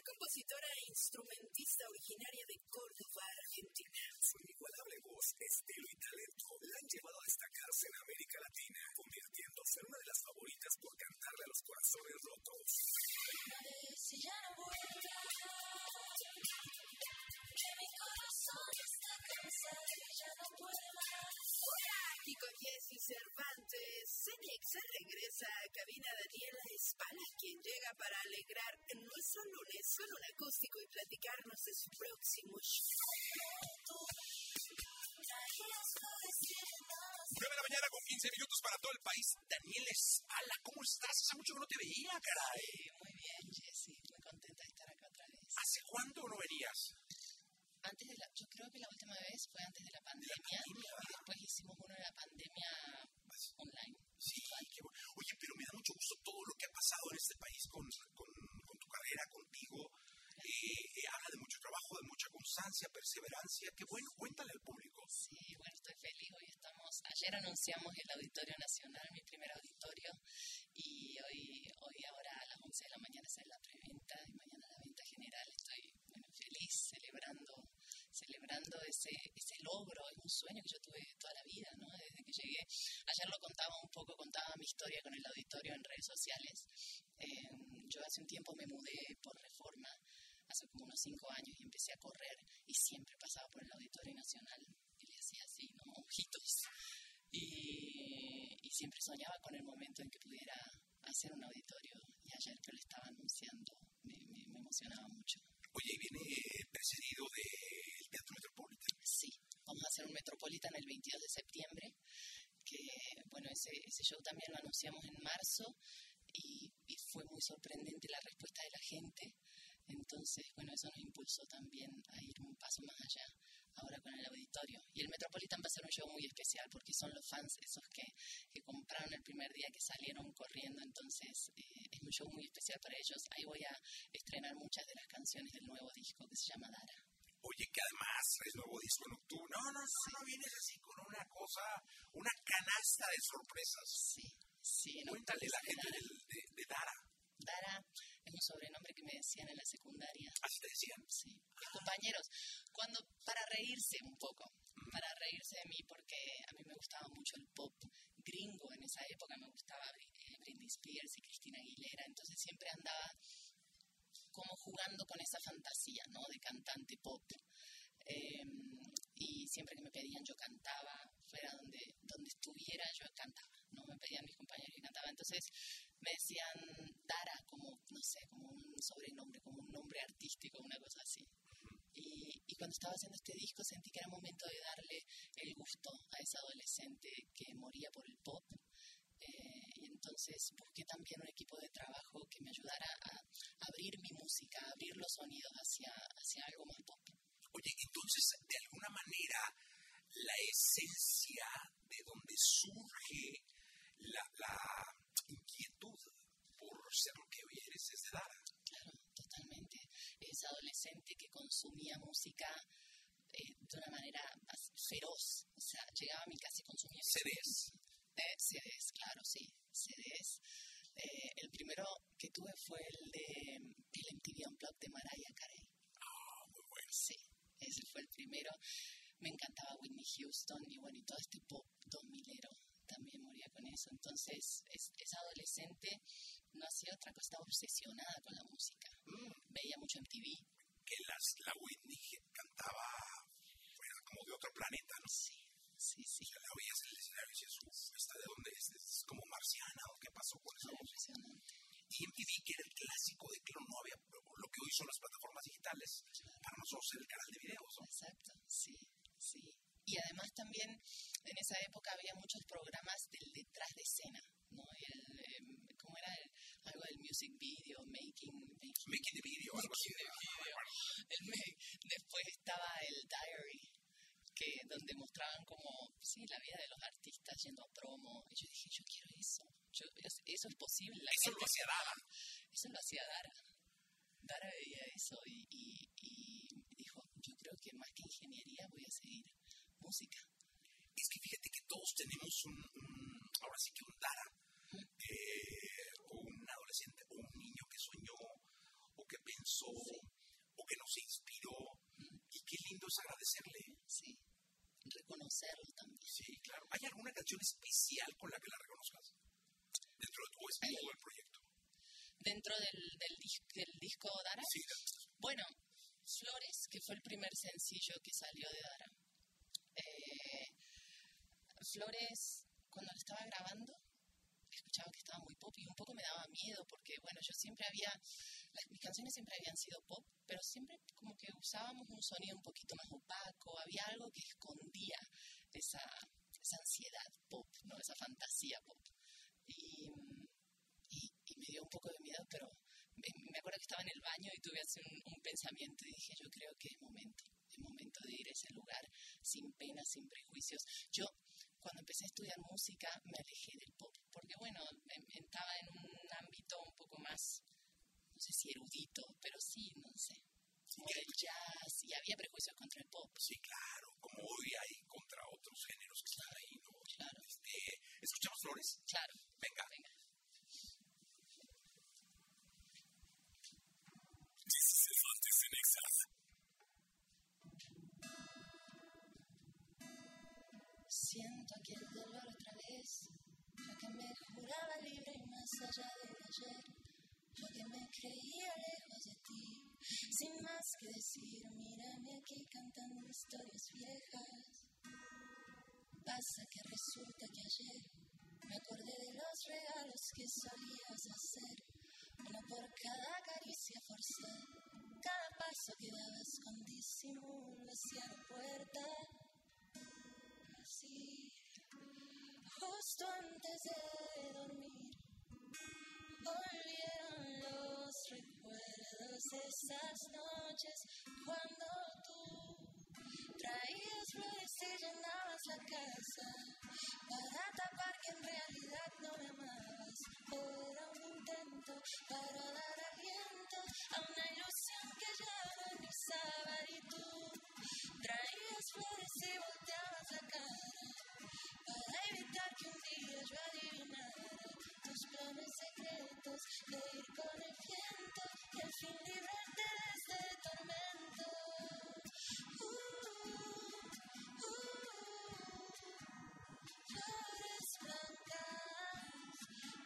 compositora e instrumentista originaria de Córdoba, Argentina. Su inigualable voz, estilo y talento la han llevado a destacarse en América Latina, convirtiéndose en una de las favoritas por cantarle a los corazones rotos. Si ya no vuelva, que mi corazón está cansado y ya no puede más. Y con Jessy Cervantes, CNX regresa a cabina Daniela Espala, quien llega para alegrar nuestro lunes con un acústico y platicarnos de su próximo show. 9 de la mañana con 15 minutos para todo el país. Daniela Espala, ¿cómo estás? Hace mucho que no te veía, caray. Muy bien, Jessy, muy contenta de estar acá otra vez. ¿Hace cuánto no venías? Yo creo que la última vez fue antes de la pandemia, y después hicimos uno de la pandemia online. Sí, qué bueno. Oye, pero me da mucho gusto todo lo que ha pasado en este país con tu carrera, contigo. Habla de mucho trabajo, de mucha constancia, perseverancia. Qué bueno, cuéntale al público. Sí, bueno, estoy feliz. Ayer anunciamos el Auditorio Nacional, mi primer auditorio, y hoy ahora a las 11 de la mañana es la preventa y mañana la venta general. Estoy feliz celebrando ese logro. Es un sueño que yo tuve toda la vida, ¿no? Desde que llegué. Ayer lo contaba mi historia con el auditorio en redes sociales. Yo hace un tiempo me mudé por Reforma, hace como unos 5 años, y empecé a correr y siempre pasaba por el Auditorio Nacional y le hacía así, ¿no? Ojitos. Y siempre soñaba con el momento en que pudiera hacer un auditorio, y ayer que lo estaba anunciando me emocionaba mucho. Oye, y viene precedido del Teatro Metropolitan. Sí, vamos a hacer un Metropolitan el 22 de septiembre, que bueno, ese show también lo anunciamos en marzo y fue muy sorprendente la respuesta de la gente. Entonces, bueno, eso nos impulsó también a ir un paso más allá ahora con el auditorio. Y el Metropolitan va a ser un show muy especial porque son los fans esos que compraron el primer día, que salieron corriendo. Entonces, es un show muy especial para ellos. Ahí voy a estrenar muchas de las canciones del nuevo disco que se llama Dara. Oye, que además es nuevo disco en octubre. No vienes así con una cosa, una canasta de sorpresas. Sí. Cuéntale a la gente de Dara. Dara es un sobrenombre que me decían en la secundaria. ¿Así te decían? Sí, mis compañeros. Para reírse un poco, para reírse de mí, porque a mí me gustaba mucho el pop gringo. En esa época me gustaba Britney Spears y Christina Aguilera, entonces siempre andaba como jugando con esa fantasía, ¿no? De cantante pop. Y siempre que me pedían yo cantaba, fuera donde estuviera yo cantaba, ¿no? Me pedían mis compañeros que cantaba, entonces me decían Dara como, no sé, como un sobrenombre, como un nombre artístico, una cosa así. Y cuando estaba haciendo este disco sentí que era momento de darle el gusto a esa adolescente que moría por el pop. Y entonces busqué también un equipo de trabajo que me ayudara a abrir mi música, a abrir los sonidos hacia algo más pop. Oye, entonces, de alguna manera, la esencia de donde surge la inquietud por ser lo que hoy eres es de Dara. Claro, totalmente. Esa adolescente que consumía música de una manera feroz. O sea, llegaba a mi casa y consumía CDs. CDs, claro, sí, CDs. El primero que tuve fue el MTV Unplugged de Mariah Carey. Muy bueno. Sí, ese fue el primero. Me encantaba Whitney Houston y bueno, y todo este pop 2000ero también moría con eso. Entonces, esa adolescente no hacía otra cosa, estaba obsesionada con la música. Veía mucho MTV. Que la Whitney cantaba fuera como de otro planeta, ¿no? Sí. O sea, la veías en el escenario y decías, ¿esta de dónde es? ¿Es como marciana o qué pasó con esa música? Y MTV, que era el clásico de que no había lo que hoy son las plataformas digitales, para nosotros era el canal de videos, ¿no? Exacto, sí. Y además también en esa época había muchos programas del detrás de escena, ¿no? ¿Cómo era? Algo del music video, making the video, algo así. Después estaba el diary, donde mostraban como, la vida de los artistas yendo a promo. Y yo dije, yo quiero eso. Eso es posible. Eso lo hacía Dara. Eso lo hacía Dara. Dara veía eso y dijo, yo creo que más que ingeniería voy a seguir música. Es que fíjate que todos tenemos ahora sí que un Dara, o un adolescente, o un niño que soñó, o que pensó, canción especial con la que la reconozcas? Dentro de todo el proyecto. Dentro del disco Dara. Sí. Bueno, Flores, que fue el primer sencillo que salió de Dara. Flores, cuando lo estaba grabando, escuchaba que estaba muy pop y un poco me daba miedo porque, bueno, mis canciones siempre habían sido pop, pero siempre como que usábamos un sonido un poquito más opaco, había algo que escondía esa ansiedad pop, ¿no? Esa fantasía pop. Y me dio un poco de miedo, pero me acuerdo que estaba en el baño y tuve así un pensamiento y dije, yo creo que es momento de ir a ese lugar sin pena, sin prejuicios. Yo, cuando empecé a estudiar música, me alejé del pop, porque bueno, estaba en un ámbito un poco más, no sé si erudito, pero sí, no sé, como del jazz, y había prejuicios contra el pop. Sí, claro, como hoy hay contra otros géneros que están ahí, ¿no? Claro. ¿Escuchamos Flores? Claro. Venga. Cervantes en Exa. Siento aquel dolor otra vez, lo que me juraba libre y más allá del ayer, lo que me creía lejos de ti, sin más que decir, mírame aquí cantando historias viejas. Pasa que resulta que ayer me acordé de los regalos que solías hacer, uno por cada caricia forzada, cada paso que dabas con disimulo hacia la puerta. Así, justo antes de dormir, volvieron los recuerdos de esas noches cuando tú traías flores y llenabas la casa para tapar que en realidad no me amabas. Era un intento para dar aliento a una ilusión que ya agonizaba y tú traías flores y volteabas la cara para evitar que un día yo adivinara tus planes secretos de ir con el viento y al fin librarte de este tormento. Flores blancas.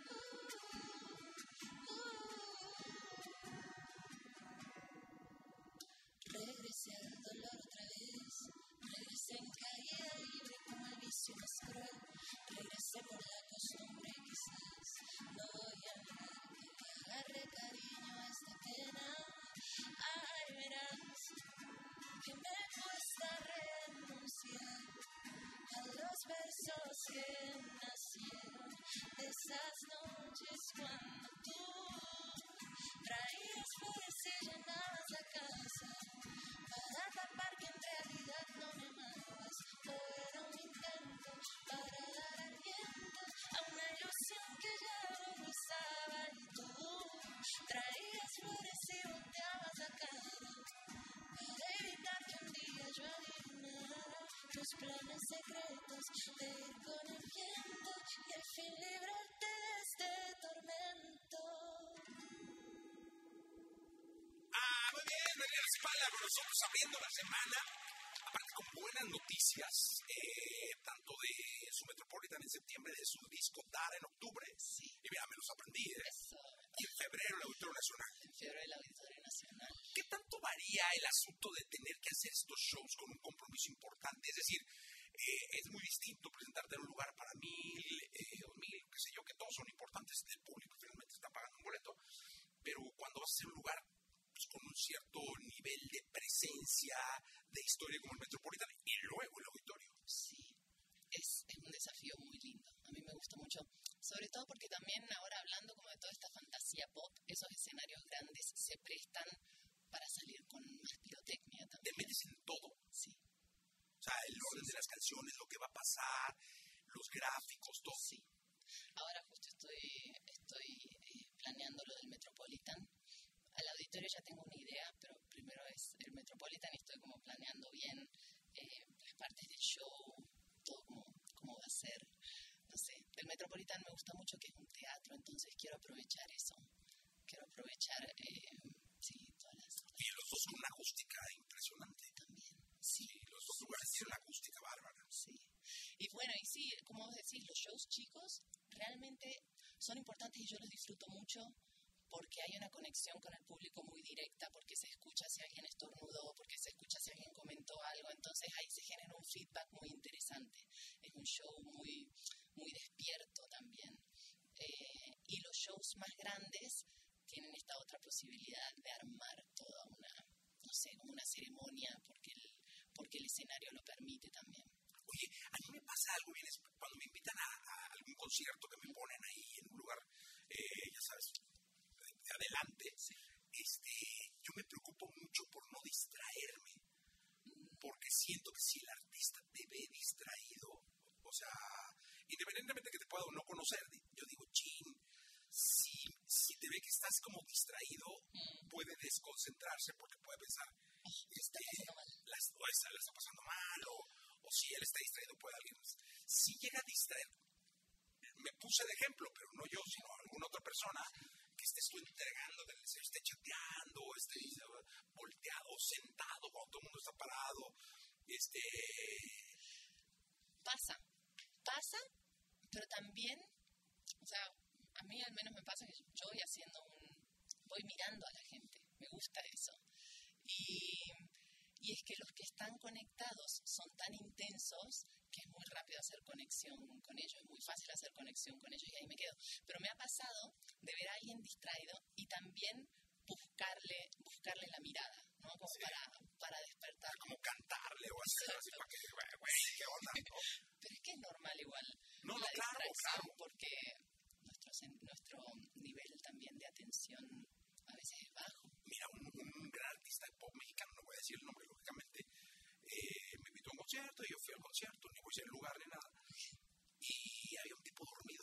Regresé al dolor otra vez, regresé en caída libre como el vicio más cruel, regresé por la costumbre quizás, no voy a negar que agarré cariño a esta pena. Ay, verás que me cuesta renunciar a los versos que nacieron de esas noches cuando tú traías flores y llenabas la casa para tapar que en realidad no me amabas. Era un intento para dar aliento a una ilusión que ya agonizaba y tú traías flores y volteabas la cara para evitar que un día yo adivinara tus planes secretos de ir con el viento y al fin librarte de este tormento. Muy bien, Daniela Espala con nosotros abriendo la semana, aparte con buenas noticias, tanto de su Metropolitan en septiembre, de su disco Dara en octubre, Sí. Y mira, me los aprendí, Eso. y en febrero el Auditorio Nacional. En febrero el Auditorio Nacional. ¿Qué tanto varía el asunto de tener que hacer estos shows con un compromiso importante? Es decir, es muy distinto presentarte en un lugar para 1,000, 2,000, qué sé yo, que todos son importantes, el público finalmente está pagando un boleto, pero cuando vas a hacer un lugar pues, con un cierto nivel de presencia, de historia como el Metropolitan, y luego el Auditorio. Sí, es un desafío muy lindo. A mí me gusta mucho, sobre todo porque también ahora hablando como de toda esta fantasía pop, esos escenarios grandes se prestan para salir con más pirotecnia Te también. metes en todo. Sí, O sea, el orden de las canciones, lo que va a pasar, los gráficos, todo. sí. Ahora justo estoy planeando lo del Metropolitan. Al Auditorio ya tengo una idea, pero primero es el Metropolitan y estoy como planeando bien las partes del show, todo cómo va a ser. No sé, del Metropolitan me gusta mucho que es un teatro, entonces quiero aprovechar eso. Quiero aprovechar, sí, todas las... Y los dos con una acústica impresionante. También, sí. Sí, los dos lugares tienen una acústica bárbara. Sí. Y bueno, y sí, como vos decís, los shows chicos realmente son importantes y yo los disfruto mucho porque hay una conexión con el público muy directa, porque se escucha si alguien estornudó, porque se escucha si alguien comentó algo, entonces ahí se genera un feedback muy interesante. Es un show muy, muy despierto también. Y los shows más grandes tienen esta otra posibilidad de armar toda una, no sé, como una ceremonia, porque el escenario lo permite también. Oye, a mí me pasa algo bien, cuando me invitan a algún concierto que me ponen ahí en un lugar, ya sabes, de adelante, Sí. Yo me preocupo mucho por no distraerme, porque siento que si el artista te ve distraído, o sea, independientemente que te pueda o no conocer, yo digo, chin, si te ve que estás como distraído, puede desconcentrarse porque puede pensar, la está pasando mal, o si él está distraído, puede alguien. Si llega a distraer, me puse de ejemplo, pero no yo, sino alguna otra persona, que estés tú entregando, se esté chateando, esté volteado, sentado, cuando todo el mundo está parado, Pasa, pero también, o sea, a mí al menos me pasa que yo voy mirando a la gente, me gusta eso. Y es que los que están conectados son tan intensos que es muy rápido hacer conexión con ellos, es muy fácil hacer conexión con ellos y ahí me quedo. Pero me ha pasado de ver a alguien distraído y también buscarle la mirada, ¿no? Como sí, para despertar. como cantarle o hacer así para que, güey, ¿qué onda? ¿No? Pero es que es normal igual No, la distracción, claro. porque nuestro nivel también de atención a veces es bajo. Mira, un gran artista de pop mexicano, no voy a decir el nombre lógicamente, me invitó a un concierto y yo fui al concierto, ni voy a decir el lugar ni nada, y había un tipo dormido,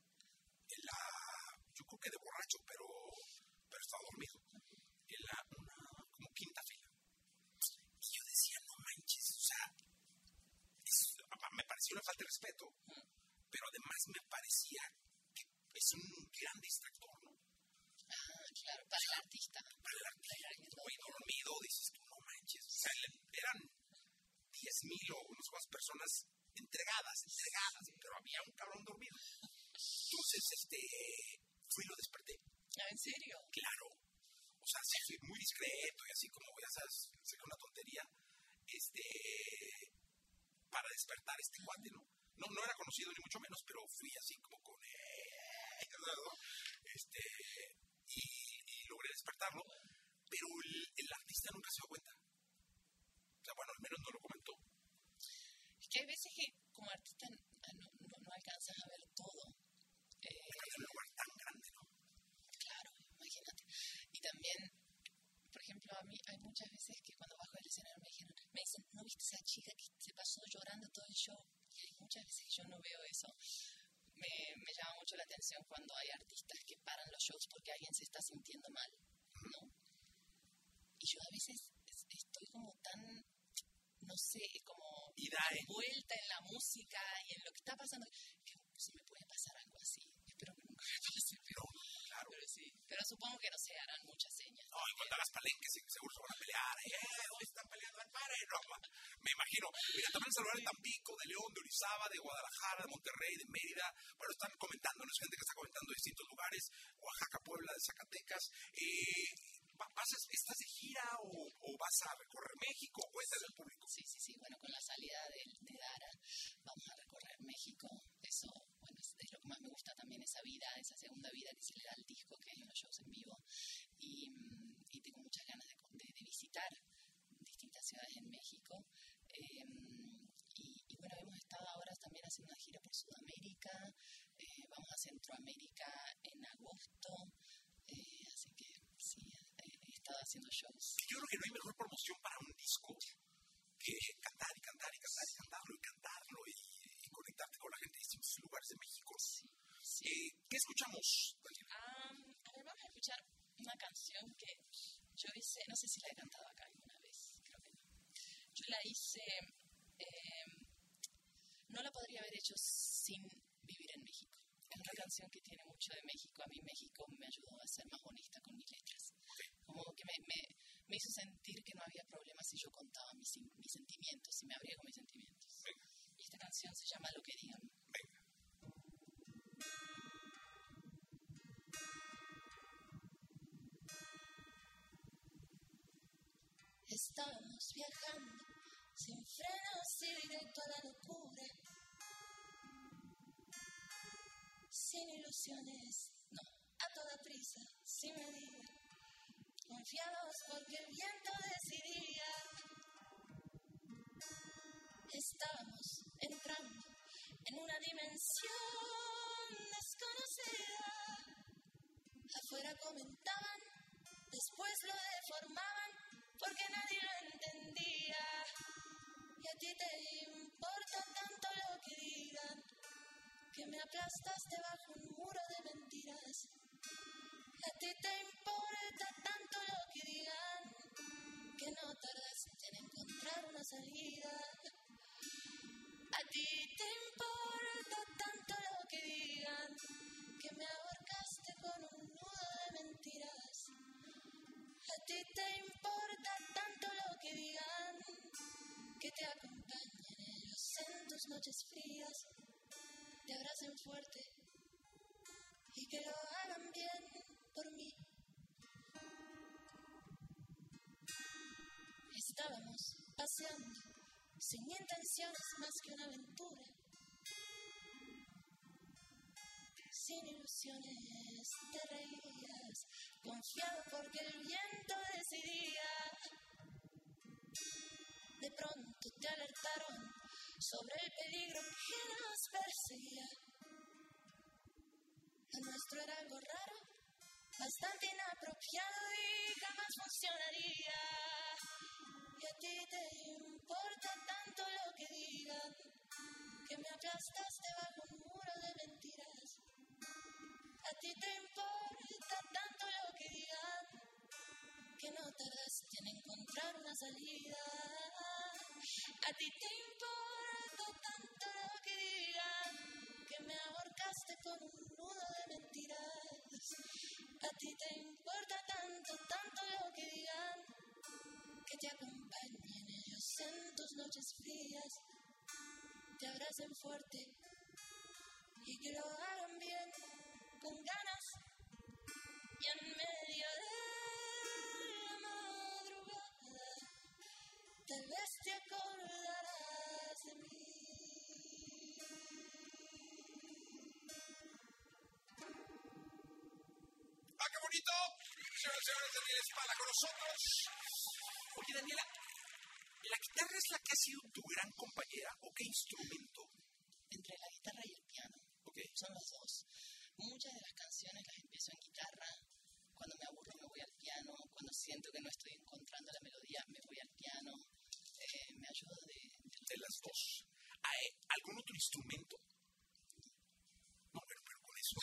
yo creo que de borracho, pero estaba dormido, en una como quinta fila. Y yo decía, no manches, o sea, me pareció una falta de respeto, pero además me parecía que es un gran distractor, ¿no? Claro, para el artista. Para el artista, güey, dormido, dices tú, no manches. O sea, eran 10,000 o unas cuantas personas entregadas, pero había un cabrón dormido. Entonces, fui y lo desperté. ¿En serio? Claro. O sea, sí, fui muy discreto y así como, ya sabes, sé que una tontería, para despertar a este cuate, ¿no? No era conocido ni mucho menos, pero fui así como con, y logré despertarlo, pero el artista nunca se dio cuenta. O sea, bueno, al menos no lo comentó. Es que hay veces que como artista no alcanzas a ver todo. En un lugar tan grande, ¿no? Claro, imagínate. Y también, por ejemplo, a mí hay muchas veces que cuando bajo del escenario me dicen, ¿no viste esa chica que se pasó llorando todo el show? Y hay muchas veces que yo no veo eso. Me llama mucho la atención cuando hay artistas que paran los shows porque alguien se está sintiendo mal, ¿no? Y yo a veces estoy como tan, no sé, como envuelta en la música y en lo que está pasando, que se me puede pasar algo así. Espero que nunca me pase, claro. Pero sí. Pero supongo que no se harán muchas señas. No, y cuando las palenques seguro se van a pelear. ¿Dónde están peleando? ¡Pare! No, me imagino. Mira, también saludar de Tampico, de León, de Orizaba, de Guadalajara, de Monterrey, de Mérida. Bueno, están comentando, no es gente que está comentando de distintos lugares. Oaxaca, Puebla, de Zacatecas. ¿Estás de gira o vas a recorrer México? Cuéntale al público. Sí. Bueno, con la salida de Dara vamos a recorrer México. Eso, bueno, es lo que más me gusta también, esa vida, esa segunda vida que se le da al disco, que hay en los shows en vivo. Y tengo muchas ganas de visitar distintas ciudades en México. Y bueno, hemos estado ahora también haciendo una gira por Sudamérica. Vamos a Centroamérica en agosto. Así que sí, he estado haciendo shows. Yo creo que no hay mejor promoción para un disco que cantar y cantarlo y conectarte con la gente de distintos lugares de México. Sí. ¿Qué escuchamos? A ver, vamos a escuchar una canción que yo hice, no sé si la he cantado acá alguna vez, creo que no. Yo la hice, no la podría haber hecho sin vivir en México. Es una canción que tiene mucho de México. A mí México me ayudó a ser más honesta con mis letras. Como que me hizo sentir que no había problema si yo contaba mis sentimientos, si me abría con mis sentimientos. Y esta Esta canción se llama Lo que digan. Venga. Estamos viajando sin frenos y directo a la locura, sin ilusiones, no, a toda prisa, sin medida, confiados porque el viento decidía. Estábamos entrando en una dimensión desconocida. Afuera comentaban, después lo deformaban porque nadie lo entendía. Y a ti te importa tanto lo que digan, que me aplastaste bajo un muro de mentiras. A ti te importa tanto lo que digan, que no tardaste en encontrar una salida. A ti te importa tanto lo que digan, que me ahorcaste con un nudo de mentiras. A ti te importa tanto lo que digan, que te acompañen ellos en tus noches frías, te abracen fuerte y que lo hagan bien por mí. Estábamos paseando sin intenciones más que una aventura, sin ilusiones te reías, confiado porque el viento decidía. De pronto te alertaron sobre el peligro que nos perseguía. Lo nuestro era algo raro, bastante inapropiado y jamás funcionaría. Y a ti te importa tanto lo que digan, que me aplastaste bajo un muro de mentiras. A ti te importa tanto lo que digan, que no tardaste en encontrar una salida. A ti te importa tanto lo que digan, que me ahorcaste con un nudo de mentiras. A ti te importa tanto, tanto lo que digan, que te acompañen ellos en tus noches frías, te abracen fuerte y que lo hagan bien, con ganas y en medio de la madrugada. Tal vez te acordarás de mí. ¡Ah, qué bonito! Señoras y señores, Daniela Espala con nosotros. Oye, Daniela, ¿la guitarra es la que ha sido tu gran compañera o qué instrumento? Entre la guitarra y el piano. Okay. Son los dos. Muchas de las canciones las empiezo en guitarra. Cuando me aburro me voy al piano. Cuando siento que no estoy encontrando la melodía me voy al piano. Me ayudo de las dos. ¿Algún otro instrumento? No, pero con eso.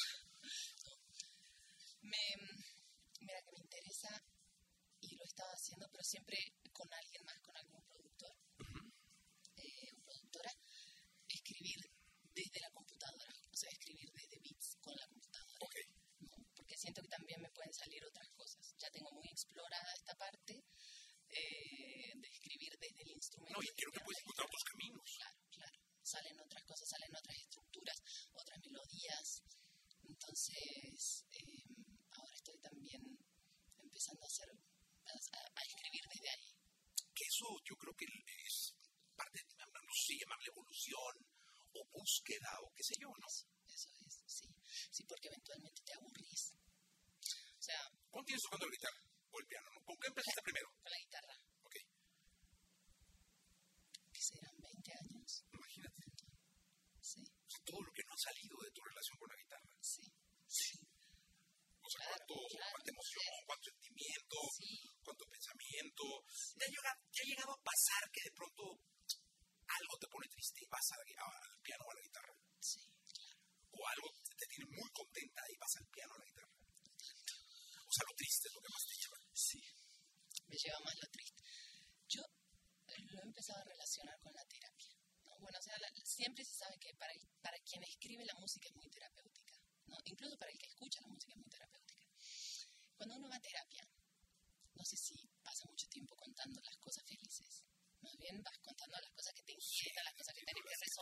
Mira que me interesa y lo he estado haciendo, pero siempre con alguien más, con algún productor o productora, escribir desde la computadora, o sea, escribir desde beats con la computadora. Okay. ¿No? Porque siento que también me pueden salir otras cosas. Ya tengo muy explorada esta parte de escribir desde el instrumento. No, y creo que puedes encontrar otros caminos. Claro. Salen otras cosas, salen otras estructuras, otras melodías. Entonces, ahora estoy también empezando a escribir desde ahí. Que eso yo creo que es parte de, no sé, llamarle evolución o búsqueda o qué sé yo, ¿no? Eso es, sí. Sí, porque eventualmente te aburrís. O sea... ¿Cuánto tienes tocando la guitarra o el piano? ¿No? ¿Con qué empezaste primero? Con la guitarra. Ok. ¿Qué serán? 20 años. Imagínate. Sí. O sea, todo lo que no ha salido de tu relación con la guitarra. Sí. O sea, cuánta emoción, cuánto sentimiento, cuánto pensamiento. ¿Te ha llegado a pasar que de pronto algo te pone triste y vas al piano o a la guitarra? Sí, claro. O algo te tiene muy contenta y vas al piano o a la guitarra. O sea, lo triste es lo que más te lleva. Sí, me lleva más lo triste. Yo lo he empezado a relacionar con la terapia, ¿no? Bueno, o sea, siempre se sabe que para quien escribe la música es muy terapéutica, ¿no? Incluso para el que escucha la música es muy terapéutica. Cuando uno va a terapia, no sé si pasa mucho tiempo contando las cosas felices. Más bien vas contando las cosas que te inquietan, las cosas que tenés que resolver.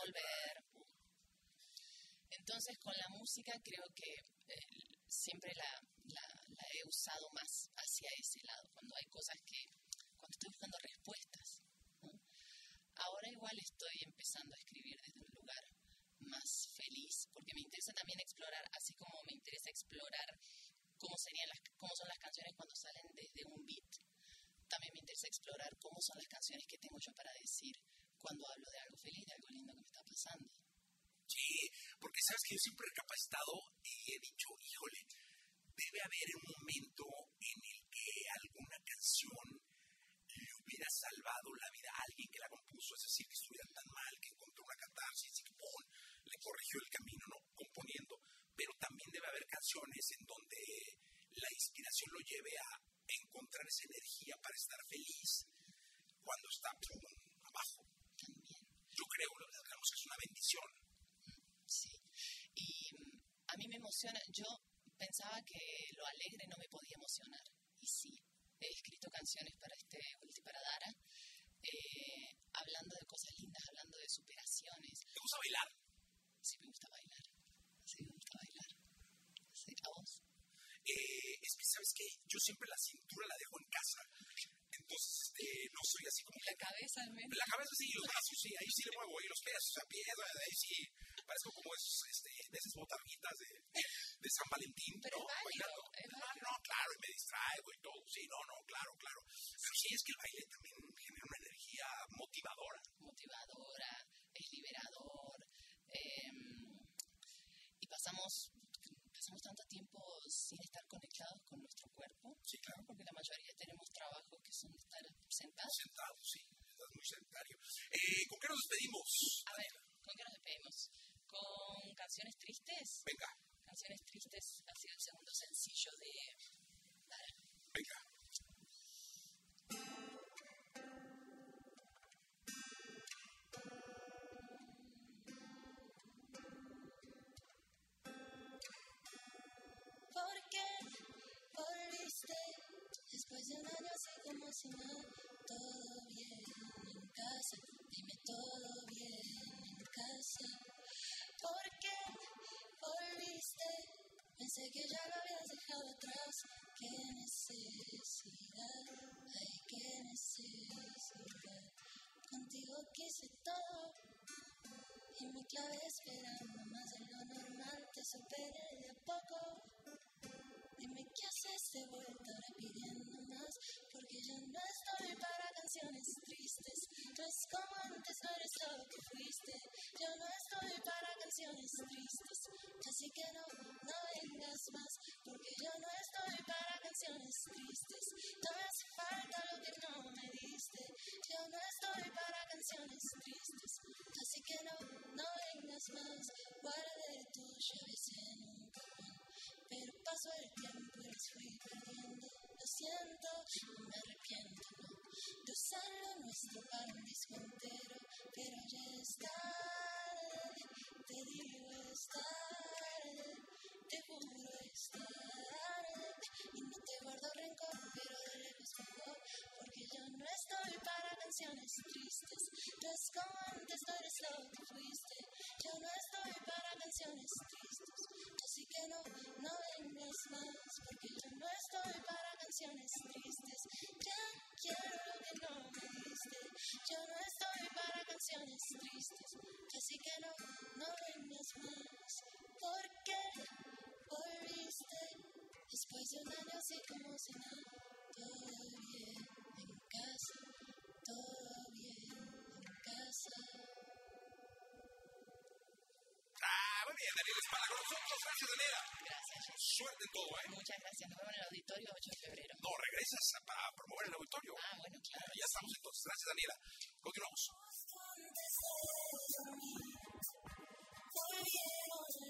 resolver. Entonces, con la música creo que siempre la he usado más hacia ese lado, cuando hay cosas cuando estoy buscando respuestas, ¿no? Ahora igual estoy empezando a escribir desde un lugar más feliz, porque me interesa también explorar, así como me interesa explorar cómo son las canciones cuando salen desde un beat. También me interesa explorar cómo son las canciones que tengo yo para decir cuando hablo de algo feliz, de algo lindo que me está pasando. Sí, porque sabes que yo siempre he recapacitado y he dicho, híjole, debe haber un momento en el que alguna canción le hubiera salvado la vida a alguien que la compuso, es decir, que estuviera tan mal, que encontró una catarsis y que ¡pum!, le corrigió el camino, ¿no?, componiendo. Pero también debe haber canciones en donde la inspiración lo lleve a encontrar esa energía para estar feliz cuando está ¡pum!, abajo. También. Yo creo, la verdad, que es una bendición. Sí, y a mí me emociona, yo pensaba que lo alegre no me podía emocionar, y sí, he escrito canciones para Dara, hablando de cosas lindas, hablando de superaciones. ¿Te gusta bailar? Sí, me gusta bailar. Sí, ¿a vos? Es que, ¿sabes qué? Yo siempre la cintura la dejo en casa. Entonces, no soy así como... La cabeza, al menos. La cabeza sí, los brazos sí, ahí sí le muevo, y los pies, o sea, ahí sí, parezco como de esas botarguitas de San Valentín, pero ¿no? Es válido. No, claro, y me distraigo y todo, sí, no, claro. Pero sí es que el baile también genera una energía motivadora. Es liberador, y pasamos tanto tiempo sin estar conectados con nuestro cuerpo. Sí, claro. Porque la mayoría tenemos trabajos que son de estar sentados. Sentados, sí, estás muy sedentario. ¿Con qué nos despedimos? A ver, ¿con qué nos despedimos? ¿Con Canciones Tristes? Venga. Canciones Tristes ha sido el segundo sencillo de Dara. Venga. ¿Por qué volviste después de un año así como si no? Todo bien en casa, dime todo bien en casa. ¿Por qué volviste? Pensé que ya lo habías dejado atrás. Qué necesidad, ay, qué necesidad. Contigo quise todo y me clavé esperando más de lo normal. Te superé de a poco. Dime qué haces de vuelta ahora pidiendo más, porque yo no estoy para canciones tristes. No es como antes, no eres lo que fuiste. Yo no estoy para canciones tristes. Así que no vengas más, porque yo no estoy para canciones tristes. No me hace falta lo que no me diste. Yo no estoy para canciones tristes. Así que no vengas más. Guardé tus llaves en un cajón, pero pasó el tiempo y las fui perdiendo. Lo siento, no me arrepiento, no, de usar lo nuestro para un disco entero. Pero ya es tarde, te digo es tarde, te juro es tarde. Y no te guardo rencor, pero de lejos mejor, porque yo no estoy para canciones tristes. No es como antes, no eres lo que fuiste. Yo no estoy para canciones tristes. Así que no vengas más, porque yo no estoy para canciones tristes. Ya quiero lo que no me diste. Yo no estoy para canciones tristes. Así que no vengas más. ¿Por qué volviste después de un año así como si nada? Todo bien en casa, todo bien en casa. Muy bien, Daniela Espala con nosotros. Gracias, Daniela. Gracias, Jess. Suerte en todo, ¿eh? Muchas gracias. Nos vemos en el auditorio 8 de febrero. No, regresas para promover el auditorio. Bueno, claro. Ya estamos entonces. Gracias, Daniela. Continuamos. Volvieron